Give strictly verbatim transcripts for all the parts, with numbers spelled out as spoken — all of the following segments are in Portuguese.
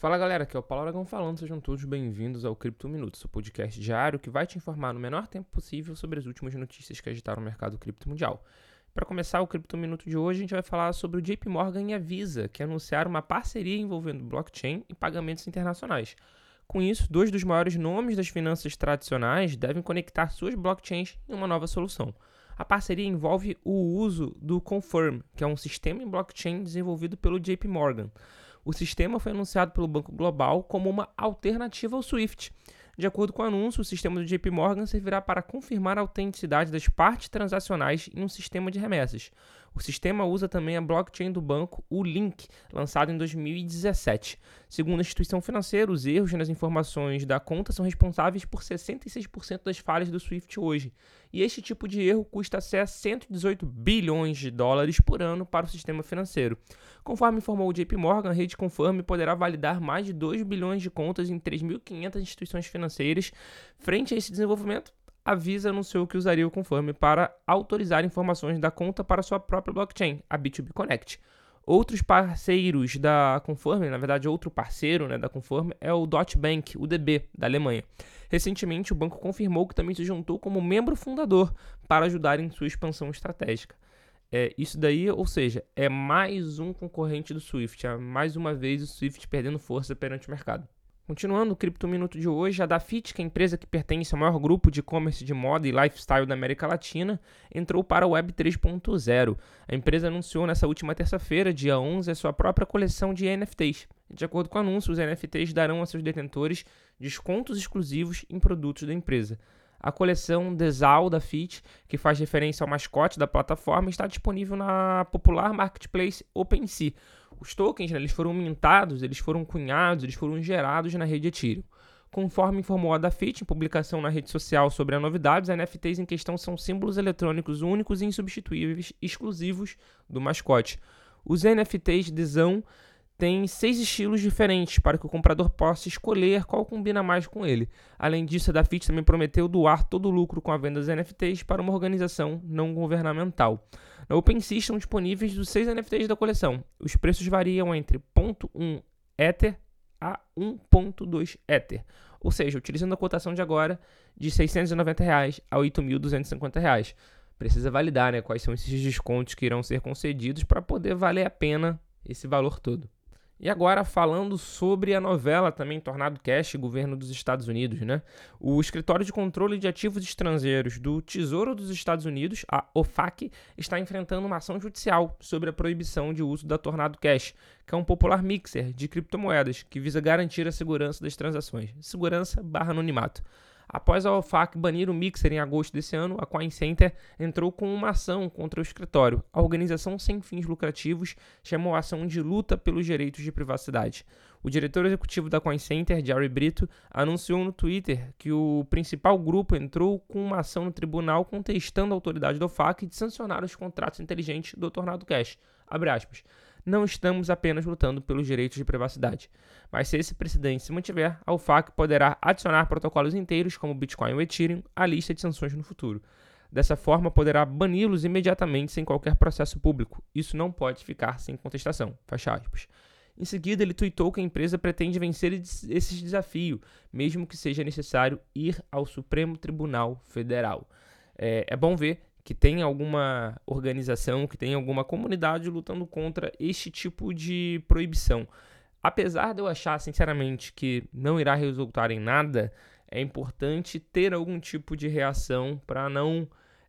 Fala galera, aqui é o Paulo Aragão falando, sejam todos bem-vindos ao Cripto Minuto, seu podcast diário que vai te informar no menor tempo possível sobre as últimas notícias que agitaram o mercado cripto mundial. Para começar o Cripto Minuto de hoje, a gente vai falar sobre o J P Morgan e a Visa, que anunciaram uma parceria envolvendo blockchain e pagamentos internacionais. Com isso, dois dos maiores nomes das finanças tradicionais devem conectar suas blockchains em uma nova solução. A parceria envolve o uso do Confirm, que é um sistema em blockchain desenvolvido pelo J P Morgan. O sistema foi anunciado pelo Banco Global como uma alternativa ao Swift. De acordo com o anúncio, o sistema do J P Morgan servirá para confirmar a autenticidade das partes transacionais em um sistema de remessas. O sistema usa também a blockchain do banco, o Link, lançado em dois mil e dezessete. Segundo a instituição financeira, os erros nas informações da conta são responsáveis por sessenta e seis por cento das falhas do Swift hoje. E este tipo de erro custa até cento e dezoito bilhões de dólares por ano para o sistema financeiro. Conforme informou o J P Morgan, a rede Confirm poderá validar mais de dois bilhões de contas em três mil e quinhentas instituições financeiras. Frente a esse desenvolvimento, a Visa anunciou que usaria o Confirm para autorizar informações da conta para sua própria blockchain, a B dois B Connect. Outros parceiros da Confirm, na verdade outro parceiro né, da Confirm, é o Deutsche Bank, o D B, da Alemanha. Recentemente, o banco confirmou que também se juntou como membro fundador para ajudar em sua expansão estratégica. É, isso daí, ou seja, é mais um concorrente do Swift, é mais uma vez o Swift perdendo força perante o mercado. Continuando o Cripto Minuto de hoje, a Dafit, que é a empresa que pertence ao maior grupo de e-commerce de moda e lifestyle da América Latina, entrou para a Web três ponto zero. A empresa anunciou nessa última terça-feira, dia onze, a sua própria coleção de N F Ts. De acordo com o anúncio, os N F Ts darão a seus detentores descontos exclusivos em produtos da empresa. A coleção Desal da Dafit, que faz referência ao mascote da plataforma, está disponível na popular marketplace OpenSea. Os tokens né, eles foram mintados, eles foram cunhados, eles foram gerados na rede Ethereum. Conforme informou a Dafit em publicação na rede social sobre a novidade, os N F Ts em questão são símbolos eletrônicos únicos e insubstituíveis, exclusivos do mascote. Os N F Ts Desal tem seis estilos diferentes para que o comprador possa escolher qual combina mais com ele. Além disso, a Dafit também prometeu doar todo o lucro com a venda dos N F Ts para uma organização não governamental. Na OpenSea estão disponíveis os seis N F Ts da coleção. Os preços variam entre zero ponto um Ether a um ponto dois Ether. Ou seja, utilizando a cotação de agora, de seiscentos e noventa reais a oito mil duzentos e cinquenta reais. Precisa validar né, quais são esses descontos que irão ser concedidos para poder valer a pena esse valor todo. E agora falando sobre a novela também Tornado Cash, governo dos Estados Unidos, né? O Escritório de Controle de Ativos Estrangeiros do Tesouro dos Estados Unidos, a O F A C, está enfrentando uma ação judicial sobre a proibição de uso da Tornado Cash, que é um popular mixer de criptomoedas que visa garantir a segurança das transações. Segurança barra anonimato. Após a O F A C banir o mixer em agosto desse ano, a CoinCenter entrou com uma ação contra o escritório. A organização sem fins lucrativos chamou a ação de luta pelos direitos de privacidade. O diretor executivo da CoinCenter, Jerry Brito, anunciou no Twitter que o principal grupo entrou com uma ação no tribunal contestando a autoridade da O F A C de sancionar os contratos inteligentes do Tornado Cash. Abre aspas. Não estamos apenas lutando pelos direitos de privacidade, mas se esse precedente se mantiver, a O F A C poderá adicionar protocolos inteiros, como o Bitcoin ou Ethereum, à lista de sanções no futuro. Dessa forma, poderá bani-los imediatamente sem qualquer processo público. Isso não pode ficar sem contestação. Fecha aspas. Em seguida, ele tuitou que a empresa pretende vencer esse desafio, mesmo que seja necessário ir ao Supremo Tribunal Federal. É, é bom ver que tem alguma organização, que tem alguma comunidade lutando contra este tipo de proibição. Apesar de eu achar, sinceramente, que não irá resultar em nada, é importante ter algum tipo de reação para não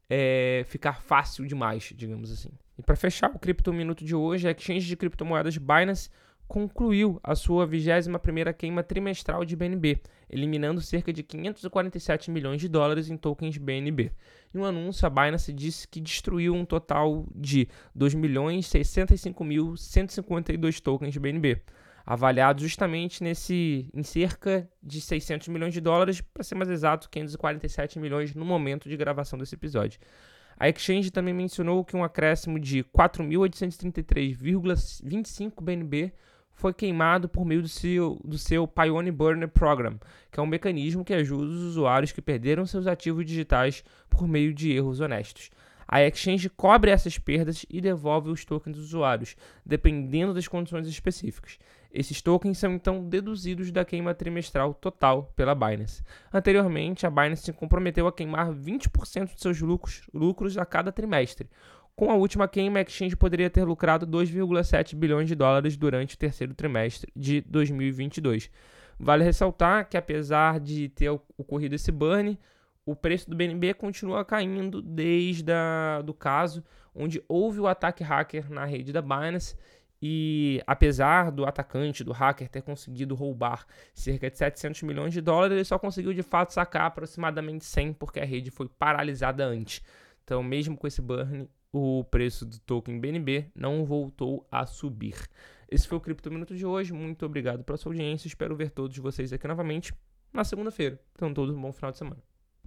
é, ficar fácil demais, digamos assim. E para fechar o Cripto Minuto de hoje, a exchange de criptomoedas Binance concluiu a sua vigésima primeira queima trimestral de B N B, eliminando cerca de quinhentos e quarenta e sete milhões de dólares em tokens B N B. Em um anúncio, a Binance disse que destruiu um total de dois milhões seiscentos e cinco mil cento e cinquenta e dois tokens B N B, avaliados justamente nesse, em cerca de seiscentos milhões de dólares, para ser mais exato, quinhentos e quarenta e sete milhões no momento de gravação desse episódio. A exchange também mencionou que um acréscimo de quatro mil oitocentos e trinta e três vírgula vinte e cinco B N B foi queimado por meio do seu, do seu Pioneer Burner Program, que é um mecanismo que ajuda os usuários que perderam seus ativos digitais por meio de erros honestos. A exchange cobre essas perdas e devolve os tokens dos usuários, dependendo das condições específicas. Esses tokens são então deduzidos da queima trimestral total pela Binance. Anteriormente, a Binance se comprometeu a queimar vinte por cento de seus lucros, lucros a cada trimestre. Com a última queima, a exchange poderia ter lucrado dois vírgula sete bilhões de dólares durante o terceiro trimestre de dois mil e vinte e dois. Vale ressaltar que, apesar de ter ocorrido esse burn, o preço do B N B continua caindo desde a, do caso onde houve o ataque hacker na rede da Binance. E apesar do atacante, do hacker, ter conseguido roubar cerca de setecentos milhões de dólares, ele só conseguiu de fato sacar aproximadamente cem, porque a rede foi paralisada antes. Então, mesmo com esse burn, o preço do token B N B não voltou a subir. Esse foi o Cripto Minuto de hoje. Muito obrigado pela sua audiência. Espero ver todos vocês aqui novamente na segunda-feira. Então, todos um bom final de semana.